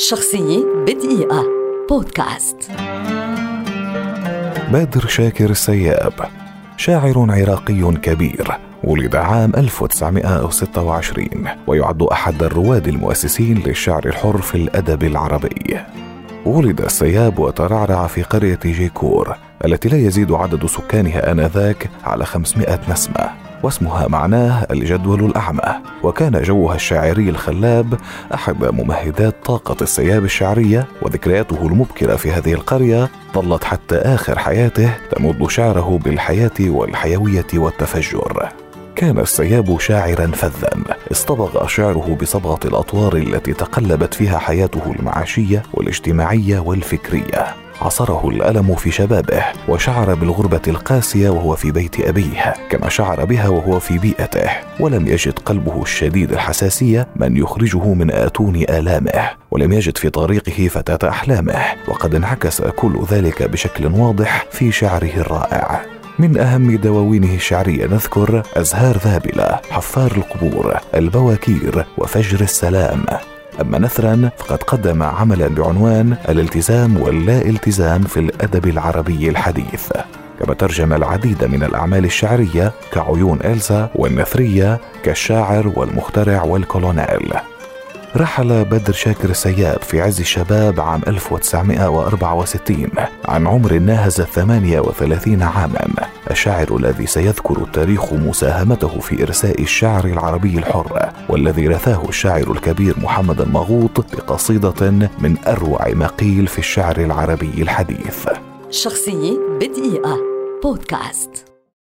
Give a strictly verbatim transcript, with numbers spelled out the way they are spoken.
شخصية بدقيقة بودكاست. بادر شاكر السياب شاعر عراقي كبير، ولد عام ألف وتسعمائة وستة وعشرين ويعد أحد الرواد المؤسسين للشعر الحر في الأدب العربي. ولد السياب وترعرع في قرية جيكور التي لا يزيد عدد سكانها آنذاك على خمسمائة نسمة، واسمها معناه الجدول الأعمى. وكان جوها الشاعري الخلاب أحد ممهدات طاقة السياب الشعرية، وذكرياته المبكرة في هذه القرية ظلت حتى آخر حياته تمد شعره بالحياة والحيوية والتفجر. كان السياب شاعرا فذا، اصطبغ شعره بصبغة الأطوار التي تقلبت فيها حياته المعاشية والاجتماعية والفكرية. عصره الألم في شبابه، وشعر بالغربة القاسية وهو في بيت أبيه كما شعر بها وهو في بيئته، ولم يجد قلبه الشديد الحساسية من يخرجه من آتون آلامه، ولم يجد في طريقه فتاة أحلامه، وقد انعكس كل ذلك بشكل واضح في شعره الرائع. من أهم دواوينه الشعرية نذكر أزهار ذابلة، حفار القبور، البواكير، وفجر السلام. أما نثرا فقد قدم عملا بعنوان الالتزام واللا التزام في الأدب العربي الحديث، كما ترجم العديد من الأعمال الشعرية كعيون إلسا والنثرية كالشاعر والمخترع والكولونيل. رحل بدر شاكر السياب في عز الشباب عام ألف وتسعمائة وأربعة وستين عن عمر ناهز ثمانية وثلاثين عاما، الشاعر الذي سيذكر التاريخ مساهمته في إرساء الشعر العربي الحر، والذي رثاه الشاعر الكبير محمد المغوط بقصيدة من أروع ما قيل في الشعر العربي الحديث. شخصية بدقيقة بودكاست.